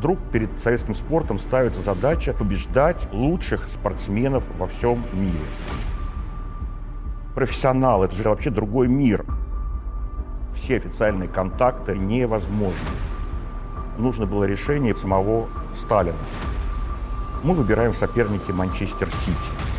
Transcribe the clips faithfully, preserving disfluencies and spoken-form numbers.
вдруг перед советским спортом ставится задача побеждать лучших спортсменов во всем мире. Профессионал — это же вообще другой мир. Все официальные контакты невозможны. Нужно было решение самого Сталина. Мы выбираем соперники Манчестер Сити.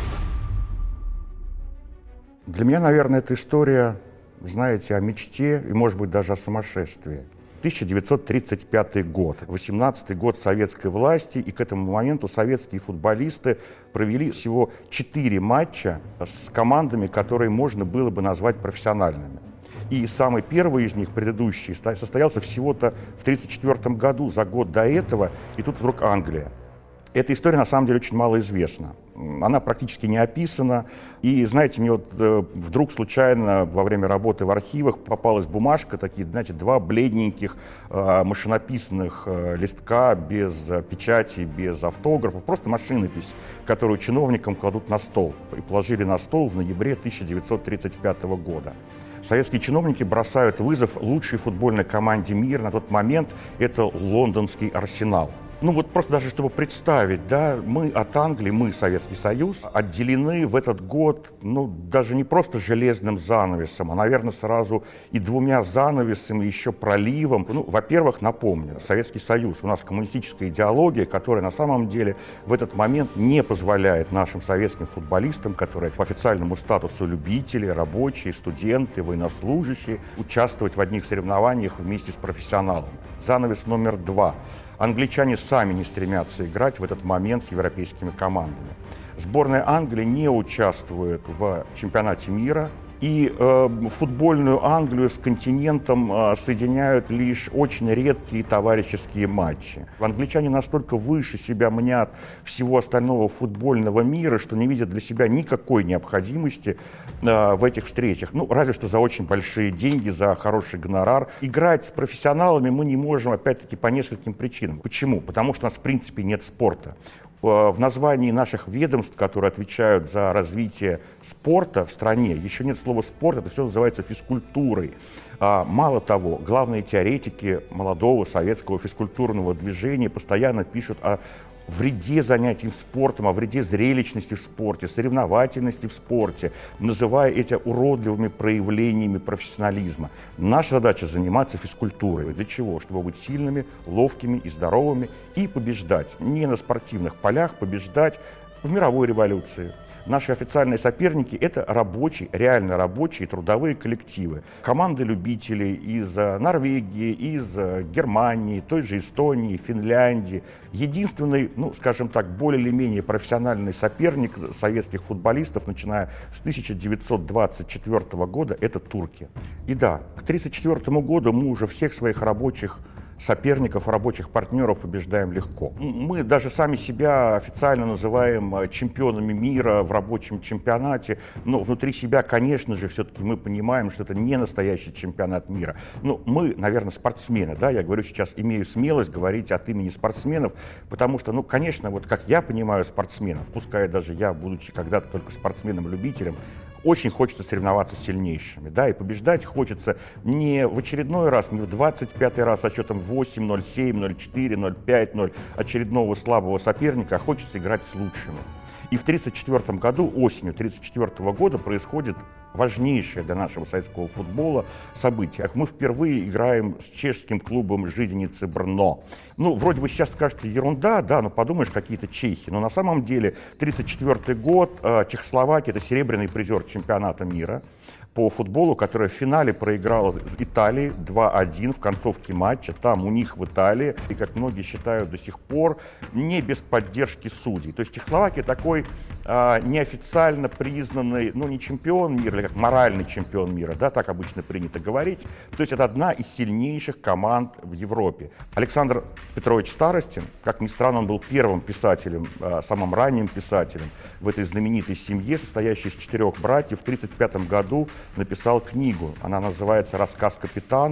Для меня, наверное, эта история, знаете, о мечте и, может быть, даже о сумасшествии. тысяча девятьсот тридцать пятый год, восемнадцатый год советской власти, и к этому моменту советские футболисты провели всего четыре матча с командами, которые можно было бы назвать профессиональными. И самый первый из них, предыдущий, состоялся всего-то в тридцать четвёртом году, за год до этого, и тут вдруг Англия. Эта история, на самом деле, очень мало известна. Она практически не описана. И, знаете, мне вот э, вдруг случайно во время работы в архивах попалась бумажка, такие, знаете, два бледненьких э, машинописных э, листка без э, печати, без автографов, просто машинопись, которую чиновникам кладут на стол. И положили на стол в ноябре тысяча девятьсот тридцать пятого года. Советские чиновники бросают вызов лучшей футбольной команде мира на тот момент. Это лондонский «Арсенал». Ну вот просто даже чтобы представить, да, мы от Англии, мы, Советский Союз, отделены в этот год, ну, даже не просто железным занавесом, а, наверное, сразу и двумя занавесами, еще проливом. Ну, во-первых, напомню, Советский Союз, у нас коммунистическая идеология, которая на самом деле в этот момент не позволяет нашим советским футболистам, которые по официальному статусу любители, рабочие, студенты, военнослужащие, участвовать в одних соревнованиях вместе с профессионалами. Занавес номер два. Англичане сами не стремятся играть в этот момент с европейскими командами. Сборная Англии не участвует в чемпионате мира, и э, футбольную Англию с континентом э, соединяют лишь очень редкие товарищеские матчи. Англичане настолько выше себя мнят всего остального футбольного мира, что не видят для себя никакой необходимости э, в этих встречах. Ну, разве что за очень большие деньги, за хороший гонорар. Играть с профессионалами мы не можем, опять-таки, по нескольким причинам. Почему? Потому что у нас, в принципе, нет спорта. В названии наших ведомств, которые отвечают за развитие спорта в стране, еще нет слова «спорт», это все называется физкультурой. А мало того, главные теоретики молодого советского физкультурного движения постоянно пишут о вреде занятий спортом, о вреде зрелищности в спорте, соревновательности в спорте, называя эти уродливыми проявлениями профессионализма. Наша задача — заниматься физкультурой. Для чего? Чтобы быть сильными, ловкими и здоровыми и побеждать. Не на спортивных полях, побеждать в мировой революции. Наши официальные соперники — это рабочие, реально рабочие трудовые коллективы. Команды любителей из Норвегии, из Германии, той же Эстонии, Финляндии. Единственный, ну, скажем так, более или менее профессиональный соперник советских футболистов, начиная с тысяча девятьсот двадцать четвёртого года, это турки. И да, к тридцать четвёртому году мы уже всех своих рабочих соперников, рабочих партнеров побеждаем легко. Мы даже сами себя официально называем чемпионами мира в рабочем чемпионате, но внутри себя, конечно же, все-таки мы понимаем, что это не настоящий чемпионат мира. Ну, мы, наверное, спортсмены, да, я говорю сейчас, имею смелость говорить от имени спортсменов, потому что, ну, конечно, вот как я понимаю спортсменов, пускай даже я, будучи когда-то только спортсменом-любителем, очень хочется соревноваться с сильнейшими, да, и побеждать хочется не в очередной раз, не в двадцать пятый раз, а счетом восемь ноль семь ноль четыре ноль пять ноль очередного слабого соперника, а хочется играть с лучшими. И в тридцать четвёртом году, осенью тридцать четвёртого года, происходит важнейшее для нашего советского футбола событие. Мы впервые играем с чешским клубом Жиденицы Брно. Ну, вроде бы сейчас кажется ерунда, да, но подумаешь, какие-то чехи. Но на самом деле тридцать четвёртый год, э, Чехословакия — это серебряный призер чемпионата мира по футболу, которая в финале проиграла Италии два один в концовке матча, там у них в Италии, и, как многие считают до сих пор, не без поддержки судей. То есть Чехословакия такой а, неофициально признанный, ну не чемпион мира, или как моральный чемпион мира, да, так обычно принято говорить. То есть это одна из сильнейших команд в Европе. Александр Петрович Старостин, как ни странно, он был первым писателем, а, самым ранним писателем в этой знаменитой семье, состоящей из четырех братьев. В тридцать пятом году написал книгу. Она называется «Рассказ капитана».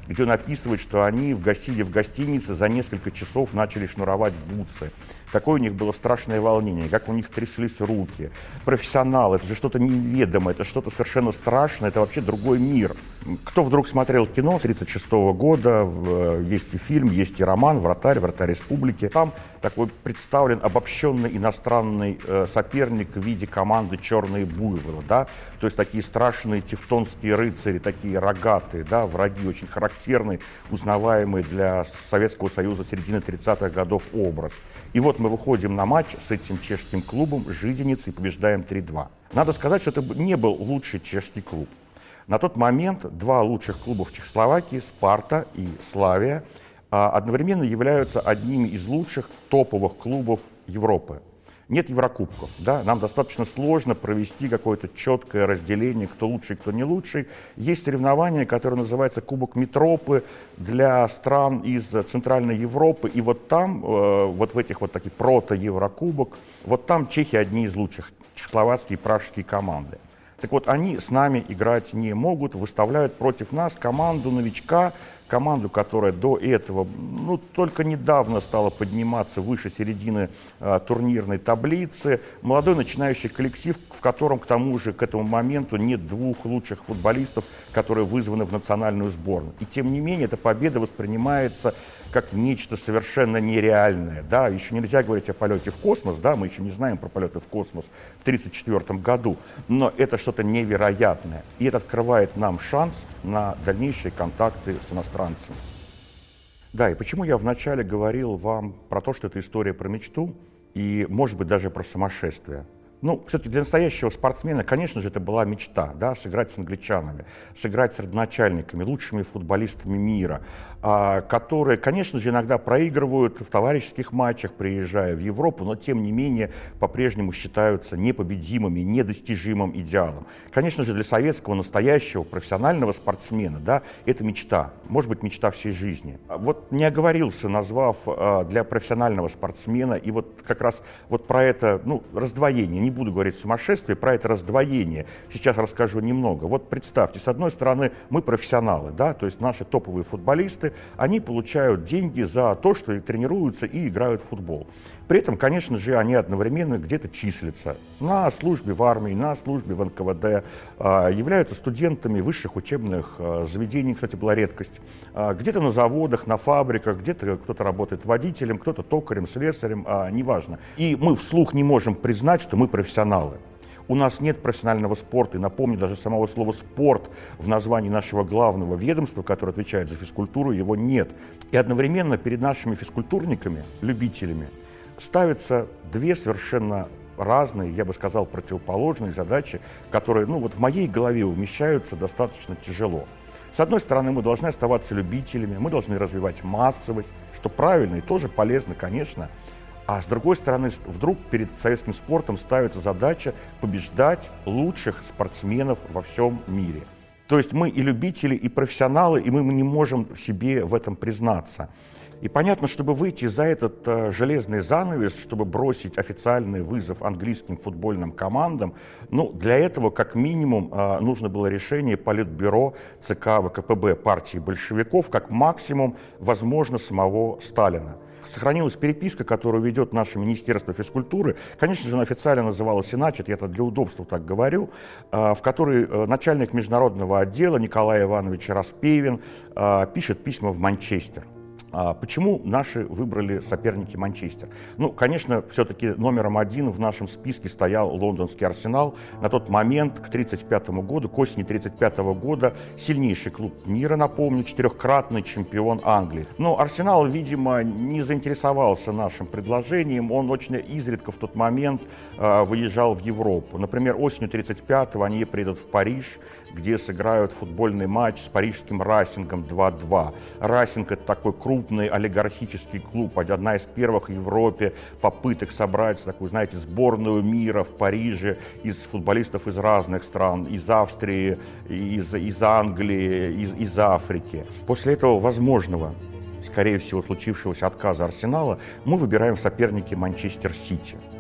где он описывает, что они гостили в гостинице, за несколько часов начали шнуровать бутсы. Какое у них было страшное волнение, как у них тряслись руки. Профессионал, это же что-то неведомое, это что-то совершенно страшное, это вообще другой мир. Кто вдруг смотрел кино тысяча девятьсот тридцать шестого года, есть и фильм, есть и роман «Вратарь», «Вратарь республики». Там такой представлен обобщенный иностранный соперник в виде команды «Черные буйволы», да? То есть такие страшные тевтонские рыцари, такие рогатые, да, враги, очень характерный, узнаваемый для Советского Союза середины тридцатых годов образ. И вот мы выходим на матч с этим чешским клубом «Жидениц» и побеждаем три-два. Надо сказать, что это не был лучший чешский клуб. На тот момент два лучших клуба в Чехословакии, «Спарта» и «Славия», одновременно являются одними из лучших топовых клубов Европы. Нет Еврокубков, да? Нам достаточно сложно провести какое-то четкое разделение, кто лучший, кто не лучший. Есть соревнования, которые называются Кубок Метропы для стран из Центральной Европы. И вот там, вот в этих вот таких прото-Еврокубок, вот там чехи одни из лучших, чехословацкие и пражские команды. Так вот, они с нами играть не могут, выставляют против нас команду новичка, команду, которая до этого, ну, только недавно стала подниматься выше середины э, турнирной таблицы. Молодой начинающий коллектив, в котором, к тому же, к этому моменту нет двух лучших футболистов, которые вызваны в национальную сборную. И тем не менее, эта победа воспринимается как нечто совершенно нереальное. Да? Еще нельзя говорить о полете в космос, да? Мы еще не знаем про полеты в космос в тысяча девятьсот тридцать четвёртом году, но это что-то невероятное. И это открывает нам шанс на дальнейшие контакты с иностранцами. Да, и почему я вначале говорил вам про то, что это история про мечту и, может быть, даже про сумасшествие. Ну, все-таки для настоящего спортсмена, конечно же, это была мечта, да, сыграть с англичанами, сыграть с родоначальниками, лучшими футболистами мира, а, которые, конечно же, иногда проигрывают в товарищеских матчах, приезжая в Европу, но, тем не менее, по-прежнему считаются непобедимыми, недостижимым идеалом. Конечно же, для советского настоящего профессионального спортсмена, да, это мечта, может быть, мечта всей жизни. Вот не оговорился, назвав а, для профессионального спортсмена, и вот как раз вот про это, ну, раздвоение, не буду говорить сумасшествие, про это раздвоение сейчас расскажу немного. Вот представьте, с одной стороны, мы профессионалы, да, то есть наши топовые футболисты, они получают деньги за то, что тренируются и играют в футбол. При этом, конечно же, они одновременно где-то числятся на службе в армии, на службе в эн ка вэ дэ, являются студентами высших учебных заведений, кстати, была редкость, где-то на заводах, на фабриках, где-то кто-то работает водителем, кто-то токарем, слесарем, неважно. И мы вслух не можем признать, что мы профессионалы. У нас нет профессионального спорта, и напомню, даже самого слова «спорт» в названии нашего главного ведомства, которое отвечает за физкультуру, его нет. И одновременно перед нашими физкультурниками, любителями, ставятся две совершенно разные, я бы сказал, противоположные задачи, которые, ну, вот в моей голове умещаются достаточно тяжело. С одной стороны, мы должны оставаться любителями, мы должны развивать массовость, что правильно и тоже полезно, конечно. А с другой стороны, вдруг перед советским спортом ставится задача побеждать лучших спортсменов во всем мире. То есть мы и любители, и профессионалы, и мы не можем себе в этом признаться. И понятно, чтобы выйти за этот э, железный занавес, чтобы бросить официальный вызов английским футбольным командам, ну, для этого, как минимум, э, нужно было решение Политбюро ЦК вэ ка пэ бэ партии большевиков, как максимум, возможно, самого Сталина. Сохранилась переписка, которую ведет наше Министерство физкультуры. Конечно же, она официально называлась иначе, я это для удобства так говорю, в которой начальник международного отдела Николай Иванович Распевин пишет письма в Манчестер. Почему наши выбрали соперники Манчестер? Ну, конечно, все-таки номером один в нашем списке стоял лондонский Арсенал. На тот момент, к тридцать пятому году, к осени тридцать пятого года, сильнейший клуб мира, напомню, четырехкратный чемпион Англии. Но Арсенал, видимо, не заинтересовался нашим предложением. Он очень изредка в тот момент э, выезжал в Европу. Например, осенью тридцать пятого они приедут в Париж, где сыграют футбольный матч с парижским Райсингом два-два. Райсинг — это такой крупный олигархический клуб, одна из первых в Европе попыток собрать такую, знаете, сборную мира в Париже из футболистов из разных стран, из Австрии, из, из Англии, из, из Африки. После этого возможного, скорее всего, случившегося отказа Арсенала, мы выбираем соперники Манчестер Сити.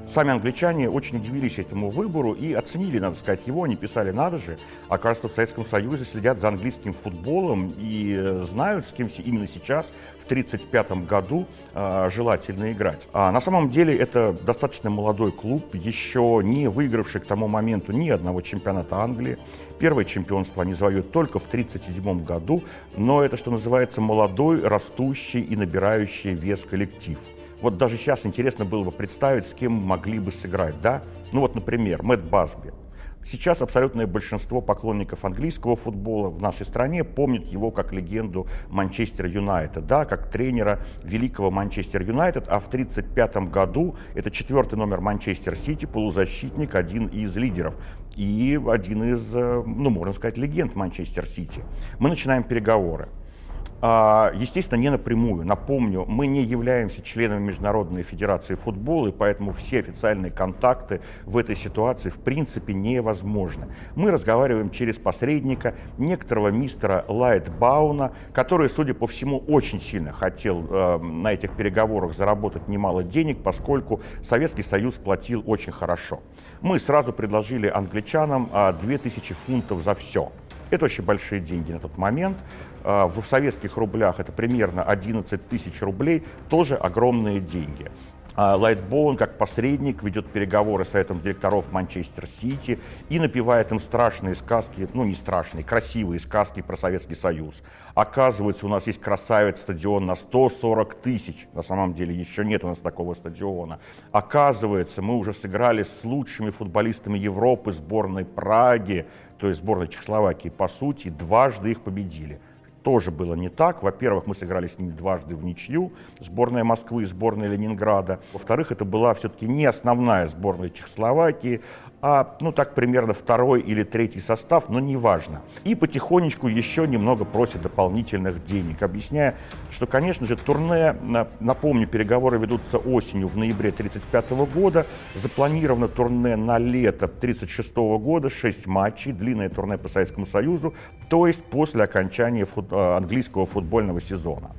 Сами англичане очень удивились этому выбору и оценили, надо сказать, его. Они писали: надо же, оказывается, в Советском Союзе следят за английским футболом и знают, с кем именно сейчас, в тридцать пятом году, желательно играть. А на самом деле это достаточно молодой клуб, еще не выигравший к тому моменту ни одного чемпионата Англии. Первое чемпионство они завоюют только в тридцать седьмом году, но это, что называется, молодой, растущий и набирающий вес коллектив. Вот даже сейчас интересно было бы представить, с кем могли бы сыграть, да? Ну вот, например, Мэтт Басби. Сейчас абсолютное большинство поклонников английского футбола в нашей стране помнит его как легенду Манчестер Юнайтед, да, как тренера великого Манчестер Юнайтед, а в тридцать пятом году это четвертый номер Манчестер Сити, полузащитник, один из лидеров и один из, ну, можно сказать, легенд Манчестер Сити. Мы начинаем переговоры. Естественно, не напрямую. Напомню, мы не являемся членами Международной федерации футбола, и поэтому все официальные контакты в этой ситуации в принципе невозможны. Мы разговариваем через посредника, некоторого мистера Лайтбауна, который, судя по всему, очень сильно хотел э, на этих переговорах заработать немало денег, поскольку Советский Союз платил очень хорошо. Мы сразу предложили англичанам э, две тысячи фунтов за все. Это очень большие деньги на тот момент. В советских рублях это примерно одиннадцать тысяч рублей, тоже огромные деньги. Лайтбоун, как посредник, ведет переговоры с советом директоров Манчестер Сити и напевает им страшные сказки, ну не страшные, красивые сказки про Советский Союз. Оказывается, у нас есть красавец-стадион на сто сорок тысяч, на самом деле еще нет у нас такого стадиона. Оказывается, мы уже сыграли с лучшими футболистами Европы, сборной Праги, то есть сборной Чехословакии, по сути, дважды их победили. Тоже было не так. Во-первых, мы сыграли с ними дважды в ничью, сборная Москвы и сборная Ленинграда. Во-вторых, это была все-таки не основная сборная Чехословакии, а, ну, так примерно второй или третий состав, но неважно. И потихонечку еще немного просят дополнительных денег, объясняя, что, конечно же, турне, напомню, переговоры ведутся осенью, в ноябре тысяча девятьсот тридцать пятого года, запланировано турне на лето тысяча девятьсот тридцать шестого года, шесть матчей, длинное турне по Советскому Союзу, то есть после окончания фут... английского футбольного сезона.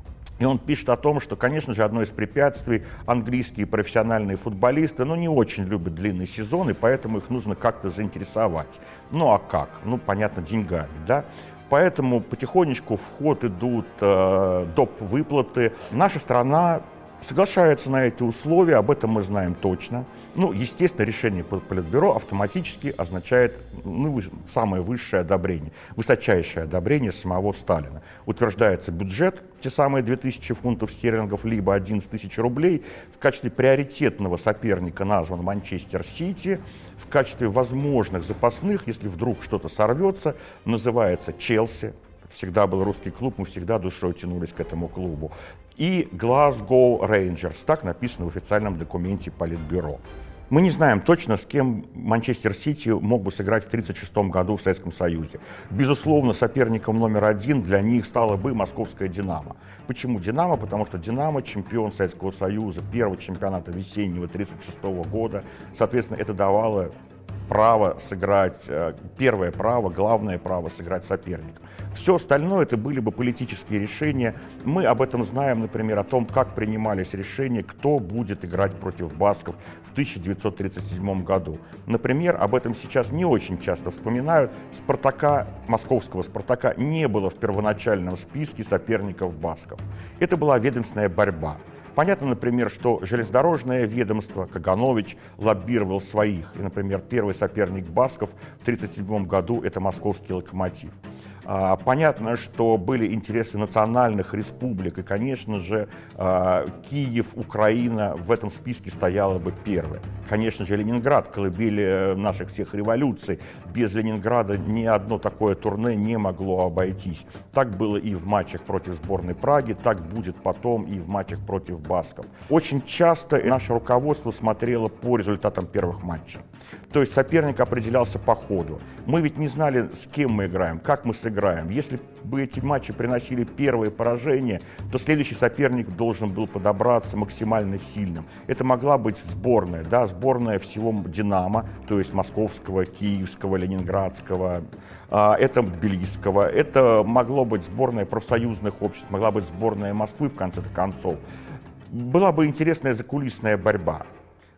И он пишет о том, что, конечно же, одно из препятствий — английские профессиональные футболисты, ну, не очень любят длинный сезон, и поэтому их нужно как-то заинтересовать. Ну, а как? Ну, понятно, деньгами, да? Поэтому потихонечку в ход идут э, доп. Выплаты. Наша страна соглашается на эти условия, об этом мы знаем точно. Ну, естественно, решение Политбюро автоматически означает, ну, самое высшее одобрение, высочайшее одобрение самого Сталина. Утверждается бюджет, те самые две тысячи фунтов стерлингов, либо одиннадцать тысяч рублей. В качестве приоритетного соперника назван Манчестер Сити. В качестве возможных запасных, если вдруг что-то сорвется, называется Челси. Всегда был русский клуб, мы всегда душой тянулись к этому клубу. И Glasgow Rangers, так написано в официальном документе Политбюро. Мы не знаем точно, с кем Манчестер Сити мог бы сыграть в тысяча девятьсот тридцать шестом году в Советском Союзе. Безусловно, соперником номер один для них стала бы московская «Динамо». Почему «Динамо»? Потому что «Динамо» чемпион Советского Союза, первого чемпионата весеннего тысяча девятьсот тридцать шестого года. Соответственно, это давало право сыграть, первое право, главное право сыграть соперника. Все остальное это были бы политические решения. Мы об этом знаем, например, о том, как принимались решения, кто будет играть против басков в тысяча девятьсот тридцать седьмом году. Например, об этом сейчас не очень часто вспоминают. Спартака, московского «Спартака» не было в первоначальном списке соперников басков. Это была ведомственная борьба. Понятно, например, что железнодорожное ведомство, Каганович, лоббировал своих. И, например, первый соперник басков в тысяча девятьсот тридцать седьмом году – это московский «Локомотив». А, понятно, что были интересы национальных республик, и, конечно же, а, Киев, Украина в этом списке стояла бы первой. Конечно же, Ленинград, колыбель наших всех революций. Без Ленинграда ни одно такое турне не могло обойтись. Так было и в матчах против сборной Праги, так будет потом и в матчах против басков. Очень часто наше руководство смотрело по результатам первых матчей. То есть соперник определялся по ходу. Мы ведь не знали, с кем мы играем, как мы сыграем. Если бы эти матчи приносили первые поражения, то следующий соперник должен был подобраться максимально сильным. Это могла быть сборная, да, сборная всего «Динамо», то есть московского, киевского, ленинградского, это тбилисского. Это могло быть сборная профсоюзных обществ, могла быть сборная Москвы в конце концов. Была бы интересная закулисная борьба.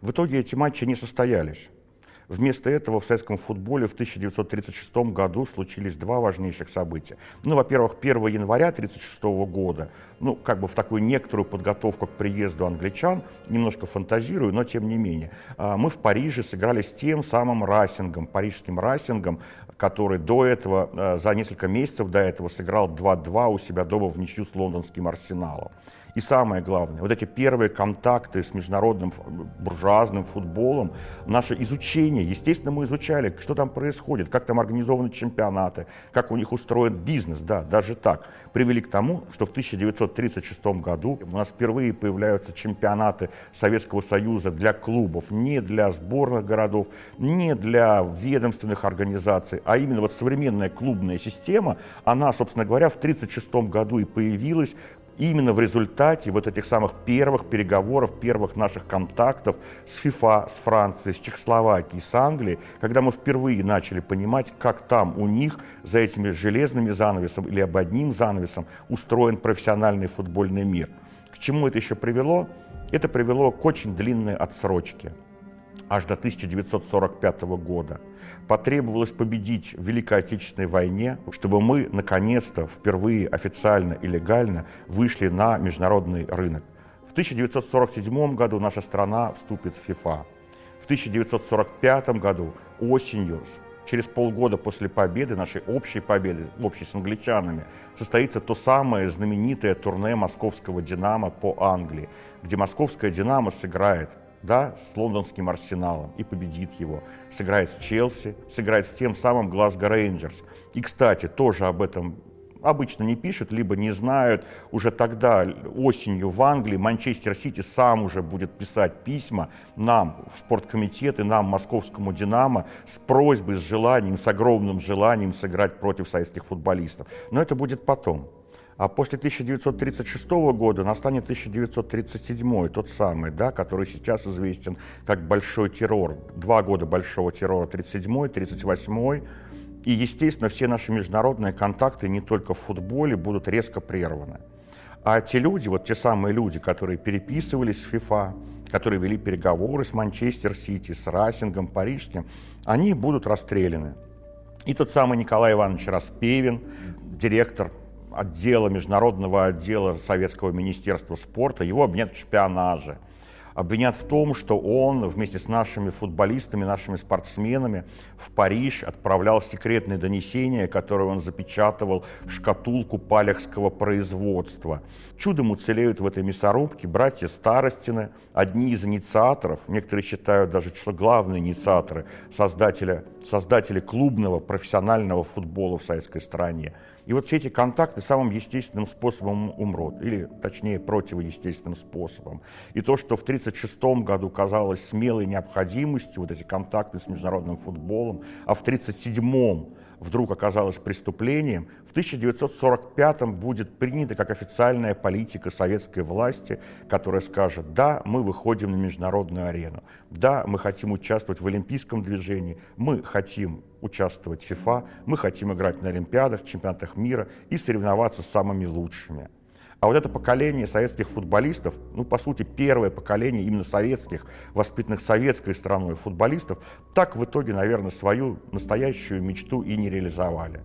В итоге эти матчи не состоялись. Вместо этого в советском футболе в тысяча девятьсот тридцать шестом году случились два важнейших события. Ну, во-первых, первого января тысяча девятьсот тридцать шестого года, ну, как бы в такую некоторую подготовку к приезду англичан, немножко фантазирую, но тем не менее, мы в Париже сыграли с тем самым Расингом, парижским Расингом, который до этого, за несколько месяцев до этого сыграл два-два у себя дома в ничью с лондонским Арсеналом. И самое главное, вот эти первые контакты с международным буржуазным футболом, наше изучение, естественно, мы изучали, что там происходит, как там организованы чемпионаты, как у них устроен бизнес, да, даже так, привели к тому, что в тысяча девятьсот тридцать шестом году у нас впервые появляются чемпионаты Советского Союза для клубов, не для сборных городов, не для ведомственных организаций, а именно вот современная клубная система, она, собственно говоря, в тысяча девятьсот тридцать шестом году и появилась, именно в результате вот этих самых первых переговоров, первых наших контактов с ФИФА, с Францией, с Чехословакией, с Англией, когда мы впервые начали понимать, как там у них за этими железными занавесом или об одним занавесом устроен профессиональный футбольный мир. К чему это еще привело? Это привело к очень длинной отсрочке. Аж до тысяча девятьсот сорок пятого года. Потребовалось победить в Великой Отечественной войне, чтобы мы, наконец-то, впервые официально и легально вышли на международный рынок. В тысяча девятьсот сорок седьмом году наша страна вступит в ФИФА. В тысяча девятьсот сорок пятом году осенью, через полгода после победы, нашей общей победы, общей с англичанами, состоится то самое знаменитое турне московского «Динамо» по Англии, где московская «Динамо» сыграет, да, с лондонским Арсеналом и победит его, сыграет с Челси, сыграет с тем самым Глазго Рейнджерс. И, кстати, тоже об этом обычно не пишут, либо не знают. Уже тогда, осенью в Англии, Манчестер Сити сам уже будет писать письма нам, в спорткомитет, и нам, московскому «Динамо», с просьбой, с желанием, с огромным желанием сыграть против советских футболистов. Но это будет потом. А после тысяча девятьсот тридцать шестого года настанет тысяча девятьсот тридцать седьмой, тот самый, да, который сейчас известен как Большой террор. Два года Большого террора, тридцать седьмой, тридцать восьмой. И, естественно, все наши международные контакты не только в футболе будут резко прерваны. А те люди, вот те самые люди, которые переписывались в ФИФА, которые вели переговоры с Манчестер Сити, с Расингом парижским, они будут расстреляны. И тот самый Николай Иванович Распевин, директор отдела, международного отдела Советского министерства спорта, его обвинят в шпионаже. Обвинят в том, что он вместе с нашими футболистами, нашими спортсменами в Париж отправлял секретные донесения, которые он запечатывал в шкатулку палехского производства. Чудом уцелеют в этой мясорубке братья Старостины, одни из инициаторов, некоторые считают даже, что главные инициаторы, создателя, создатели клубного профессионального футбола в советской стране. И вот все эти контакты самым естественным способом умрут, или точнее противоестественным способом. И то, что в тысяча девятьсот тридцать шестом году казалось смелой необходимостью, вот эти контакты с международным футболом, а в тридцать седьмом вдруг оказалось преступлением, в тысяча девятьсот сорок пятом будет принята как официальная политика советской власти, которая скажет: да, мы выходим на международную арену, да, мы хотим участвовать в олимпийском движении, мы хотим участвовать в ФИФА, мы хотим играть на Олимпиадах, чемпионатах мира и соревноваться с самыми лучшими. А вот это поколение советских футболистов, ну, по сути, первое поколение именно советских, воспитанных советской страной футболистов, так в итоге, наверное, свою настоящую мечту и не реализовали.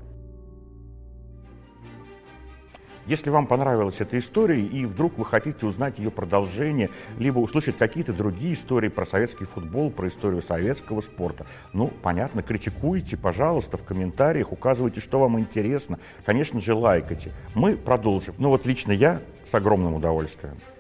Если вам понравилась эта история, и вдруг вы хотите узнать ее продолжение, либо услышать какие-то другие истории про советский футбол, про историю советского спорта, ну, понятно, критикуйте, пожалуйста, в комментариях, указывайте, что вам интересно, конечно же, лайкайте. Мы продолжим. Ну вот лично я с огромным удовольствием.